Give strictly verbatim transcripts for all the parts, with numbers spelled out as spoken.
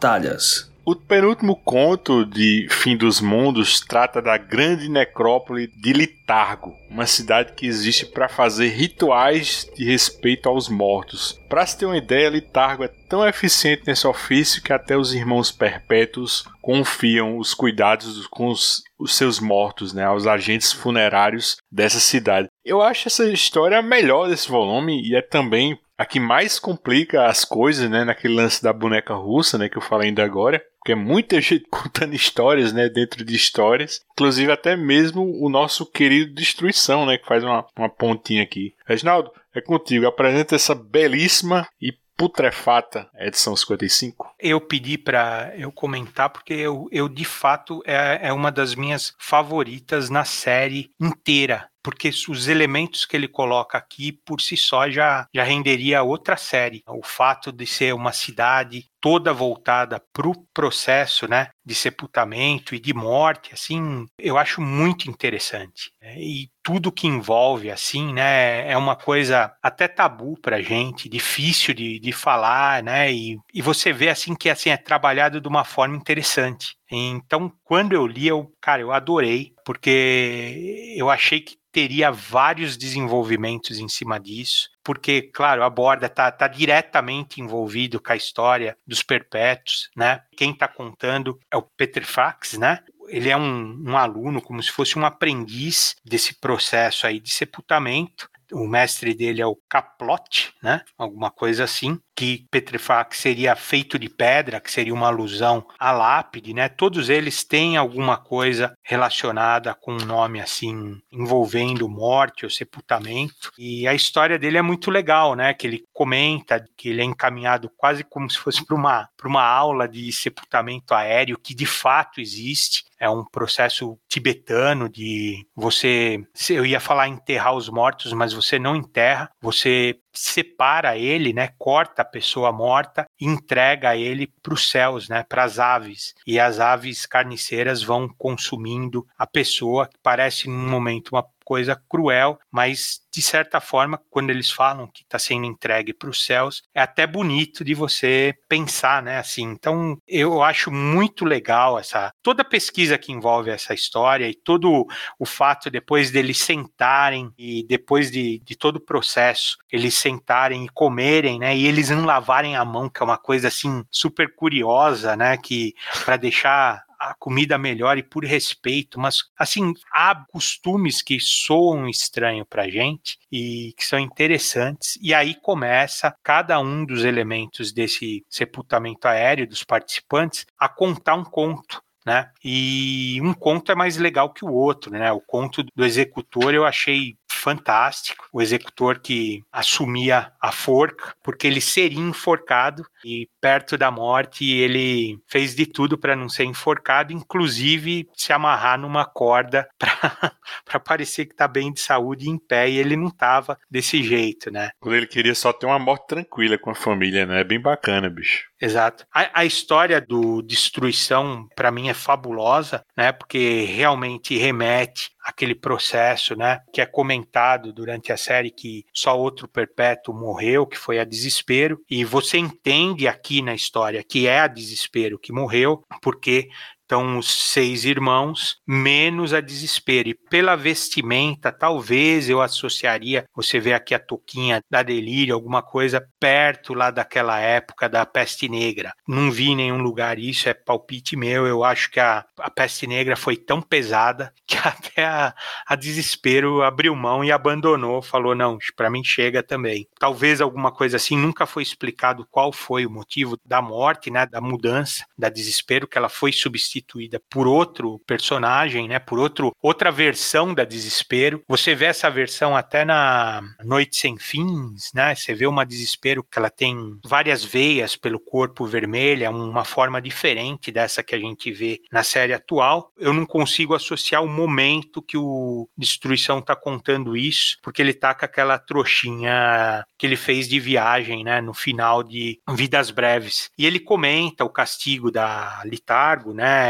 Batalhas. O penúltimo conto de Fim dos Mundos trata da grande necrópole de Litargo, uma cidade que existe para fazer rituais de respeito aos mortos. Para se ter uma ideia, Litargo é tão eficiente nesse ofício que até os irmãos perpétuos confiam os cuidados com os, os seus mortos, né, aos agentes funerários dessa cidade. Eu acho essa história a melhor desse volume e é também a que mais complica as coisas, né, naquele lance da boneca russa, né, que eu falei ainda agora. Porque é muita gente contando histórias, né, dentro de histórias. Inclusive até mesmo o nosso querido Destruição, né, que faz uma, uma pontinha aqui. Reginaldo, é contigo. Apresenta essa belíssima e putrefata edição cinquenta e cinco. Eu pedi para eu comentar porque eu, eu de fato é, é uma das minhas favoritas na série inteira. Porque os elementos que ele coloca aqui, por si só, já, já renderia outra série. O fato de ser uma cidade toda voltada para o processo, né, de sepultamento e de morte, assim, eu acho muito interessante. E tudo que envolve, assim, né, é uma coisa até tabu para a gente, difícil de, de falar, né, e, e você vê, assim, que assim, é trabalhado de uma forma interessante. Então, quando eu li, eu, cara, eu adorei, porque eu achei que teria vários desenvolvimentos em cima disso, porque, claro, aborda, tá, tá diretamente envolvido com a história dos perpétuos, né? Quem tá contando é o Petrifax, né? Ele é um, um aluno, como se fosse um aprendiz desse processo aí de sepultamento. O mestre dele é o Caplote, né? Alguma coisa assim, que Petrifax seria feito de pedra, que seria uma alusão à lápide, né? Todos eles têm alguma coisa relacionada com um nome assim, envolvendo morte ou sepultamento. E a história dele é muito legal, né? Que ele comenta que ele é encaminhado quase como se fosse para uma, para uma aula de sepultamento aéreo, que de fato existe. É um processo tibetano de você... Eu ia falar enterrar os mortos, mas você não enterra, você separa ele, né, corta a pessoa morta e entrega ele para os céus, né, para as aves. E as aves carniceiras vão consumindo a pessoa, que parece num momento uma coisa cruel, mas de certa forma, quando eles falam que está sendo entregue para os céus, é até bonito de você pensar, né, assim. Então, eu acho muito legal essa toda a pesquisa que envolve essa história e todo o fato depois deles sentarem e depois de, de todo o processo, eles sentarem e comerem, né, e eles não lavarem a mão, que é uma coisa assim super curiosa, né, que para deixar a comida melhor e por respeito, mas assim, há costumes que soam estranho pra gente e que são interessantes, e aí começa cada um dos elementos desse sepultamento aéreo dos participantes a contar um conto, né? E um conto é mais legal que o outro, né? O conto do executor eu achei fantástico, o executor que assumia a forca, porque ele seria enforcado e perto da morte ele fez de tudo para não ser enforcado, inclusive se amarrar numa corda para parecer que está bem de saúde e em pé, e ele não estava desse jeito, né? Quando ele queria só ter uma morte tranquila com a família, né? É bem bacana, bicho. Exato. A, a história do Destruição, para mim, é fabulosa, né? Porque realmente remete àquele processo, né? Que é comentado durante a série que só outro perpétuo morreu, que foi a Desespero. E você entende aqui na história que é a Desespero que morreu, porque então, os seis irmãos, menos a Desespero. E pela vestimenta, talvez eu associaria, você vê aqui a touquinha da Delírio, alguma coisa perto lá daquela época da Peste Negra. Não vi em nenhum lugar isso, é palpite meu. Eu acho que a, a Peste Negra foi tão pesada que até a, a Desespero abriu mão e abandonou, falou, não, para mim chega também. Talvez alguma coisa assim, nunca foi explicado qual foi o motivo da morte, né, da mudança da Desespero, que ela foi substituída por outro personagem, né, por outro, outra versão da Desespero. Você vê essa versão até na Noite Sem Fins, né, você vê uma Desespero que ela tem várias veias pelo corpo vermelha, uma forma diferente dessa que a gente vê na série atual. Eu não consigo associar o momento que o Destruição está contando isso, porque ele tá com aquela trouxinha que ele fez de viagem, né, no final de Vidas Breves. E ele comenta o castigo da Litargo, né,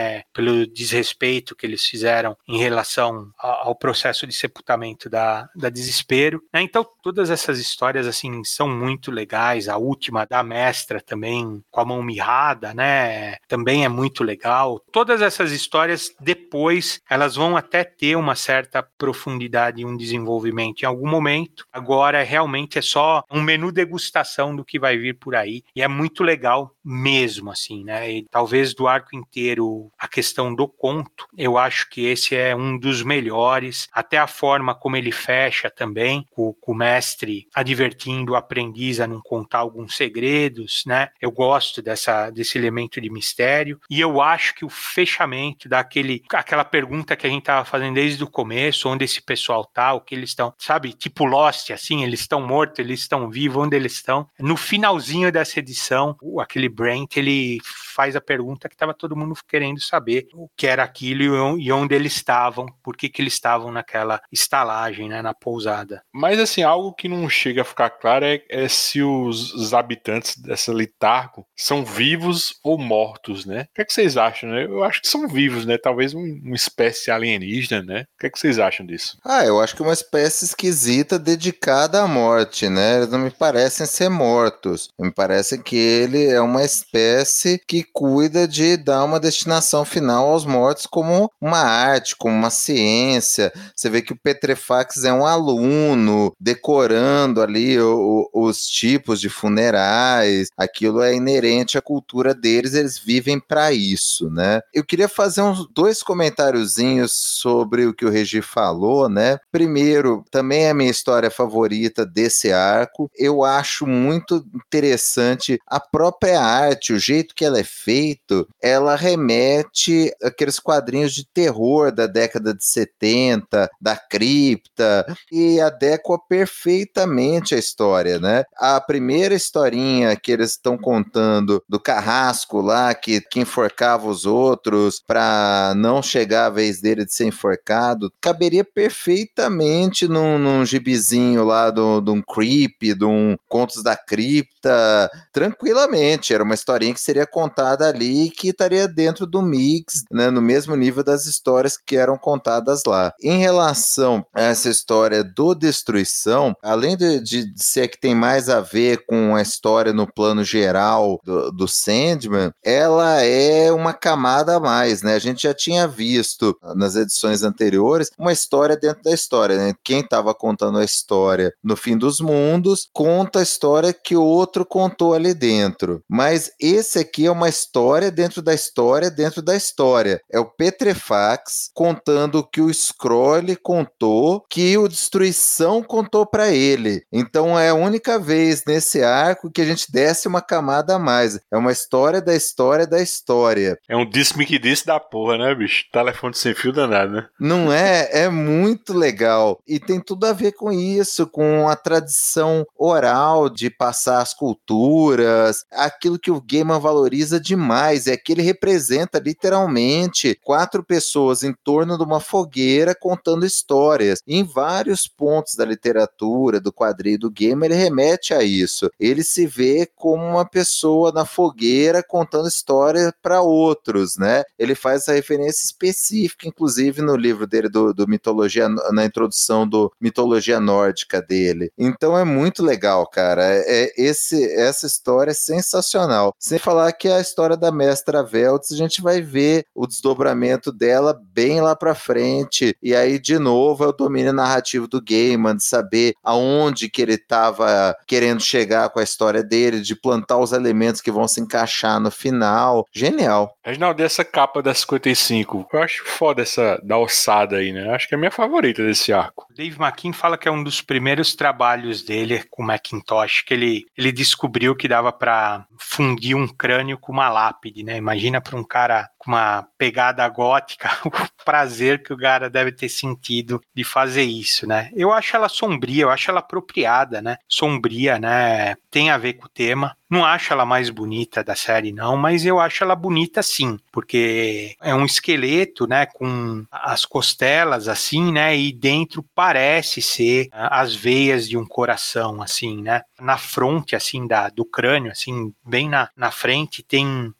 né, pelo desrespeito que eles fizeram em relação ao processo de sepultamento da, da Desespero, né? Então todas essas histórias assim são muito legais. A última da Mestra também, com a mão mirrada, né, também é muito legal. Todas essas histórias depois elas vão até ter uma certa profundidade e um desenvolvimento em algum momento. Agora realmente é só um menu degustação do que vai vir por aí, e é muito legal mesmo, assim, né? E talvez do arco inteiro, a questão do conto, eu acho que esse é um dos melhores, até a forma como ele fecha também, com, com o mestre advertindo o aprendiz a não contar alguns segredos, né? Eu gosto dessa, desse elemento de mistério, e eu acho que o fechamento daquele, aquela pergunta que a gente tava fazendo desde o começo, onde esse pessoal tá, o que eles estão, sabe, tipo Lost, assim, eles estão mortos, eles estão vivos, onde eles estão. No finalzinho dessa edição, aquele Brent, ele faz a pergunta que estava todo mundo querendo saber, o que era aquilo e onde eles estavam, por que que eles estavam naquela estalagem, né, na pousada. Mas assim, algo que não chega a ficar claro é, é se os, os habitantes dessa Litarco são vivos ou mortos, né? O que é que vocês acham, né? Eu acho que são vivos, né? Talvez um, uma espécie alienígena, né? O que é que vocês acham disso? Ah, eu acho que é uma espécie esquisita dedicada à morte, né? Eles não me parecem ser mortos. Me parece que ele é uma espécie que cuida de dar uma destinação final aos mortos como uma arte, como uma ciência. Você vê que o Petrefax é um aluno decorando ali o, o, os tipos de funerais. Aquilo é inerente à cultura deles, eles vivem para isso, né? Eu queria fazer uns dois comentáriozinhos sobre o que o Regi falou, né? Primeiro, também é a minha história favorita desse arco. Eu acho muito interessante a própria arte, o jeito que ela é feito, ela remete àqueles quadrinhos de terror da década de setenta, da cripta, e adequa perfeitamente a história, né? A primeira historinha que eles estão contando do carrasco lá, que, que enforcava os outros para não chegar a vez dele de ser enforcado, caberia perfeitamente num, num gibizinho lá de um creep, de um Contos da Cripta, tranquilamente. Era uma historinha que seria contada ali e que estaria dentro do mix, né, no mesmo nível das histórias que eram contadas lá. Em relação a essa história do Destruição, além de, de ser que tem mais a ver com a história no plano geral do, do Sandman, ela é uma camada a mais, né? A gente já tinha visto nas edições anteriores uma história dentro da história, né? Quem estava contando a história no Fim dos Mundos conta a história que o outro contou ali dentro. Mas esse aqui é uma história dentro da história dentro da história. É o Petrefax contando o que o Skrull contou, que o Destruição contou para ele. Então é a única vez nesse arco que a gente desce uma camada a mais. É uma história da história da história. É um disse-me que disse da porra, né, bicho? Telefone sem fio danado, né? Não é? É muito legal. E tem tudo a ver com isso, com a tradição oral de passar as culturas, aquilo que o Gaiman valoriza demais, é que ele representa literalmente quatro pessoas em torno de uma fogueira contando histórias. E em vários pontos da literatura, do quadrinho do Gaiman, ele remete a isso. Ele se vê como uma pessoa na fogueira contando história para outros, né? Ele faz essa referência específica, inclusive no livro dele do, do Mitologia, na introdução do Mitologia Nórdica dele. Então é muito legal, cara. É, esse, essa história é sensacional. Sem falar que a história da Mestra Veltz, a gente vai ver o desdobramento dela bem lá pra frente. E aí, de novo, é o domínio narrativo do Gaiman, de saber aonde que ele estava querendo chegar com a história dele, de plantar os elementos que vão se encaixar no final. Genial. Reginaldo, dessa capa da cinquenta e cinco, eu acho foda essa da ossada aí, né? Acho que é a minha favorita desse arco. Dave McKean fala que é um dos primeiros trabalhos dele com Macintosh, que ele, ele descobriu que dava para fundir um crânio com uma lápide, né? Imagina para um cara com uma pegada gótica, o prazer que o cara deve ter sentido de fazer isso, né? Eu acho ela sombria, eu acho ela apropriada, né? Sombria, né? Tem a ver com o tema. Não acho ela mais bonita da série, não, mas eu acho ela bonita sim, porque é um esqueleto, né, com as costelas assim, né, e dentro parece ser as veias de um coração, assim, né. Na fronte, assim, da, do crânio, assim, bem na, na frente, tem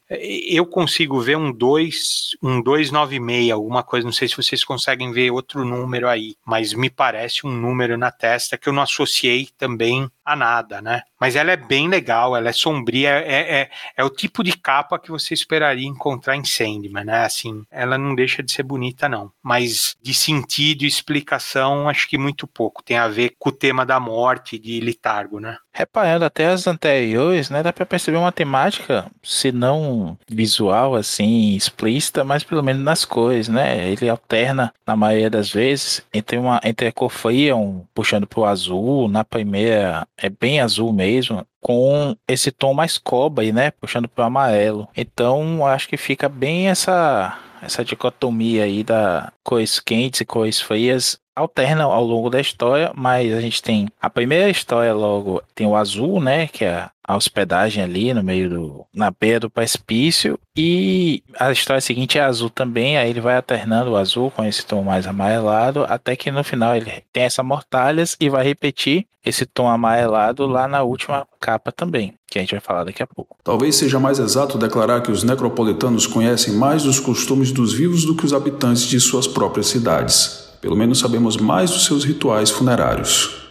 Eu consigo ver um dois, um dois nove seis, alguma coisa, não sei se vocês conseguem ver outro número aí, mas me parece um número na testa que eu não associei também a nada, né? Mas ela é bem legal, ela é sombria, é, é, é o tipo de capa que você esperaria encontrar em Sandman, né? Assim, ela não deixa de ser bonita, não. Mas de sentido e explicação, acho que muito pouco. Tem a ver com o tema da morte de Litargo, né? Reparando até as anteriores, né, dá pra perceber uma temática, se não visual, assim, explícita, mas pelo menos nas cores, né? Ele alterna, na maioria das vezes, entre, uma, entre a cor fria, um, puxando pro azul, na primeira é bem azul mesmo, com esse tom mais cobre, né, puxando pro amarelo. Então, acho que fica bem essa, essa dicotomia aí da cores quentes e cores frias, alterna ao longo da história, mas a gente tem a primeira história logo, tem o azul, né, que é a hospedagem ali no meio do, na beira do precipício, e a história seguinte é azul também, aí ele vai alternando o azul com esse tom mais amarelado, até que no final ele tem essa mortalhas e vai repetir esse tom amarelado lá na última capa também, que a gente vai falar daqui a pouco. Talvez seja mais exato declarar que os necropolitanos conhecem mais dos costumes dos vivos do que os habitantes de suas próprias cidades. Pelo menos sabemos mais dos seus rituais funerários.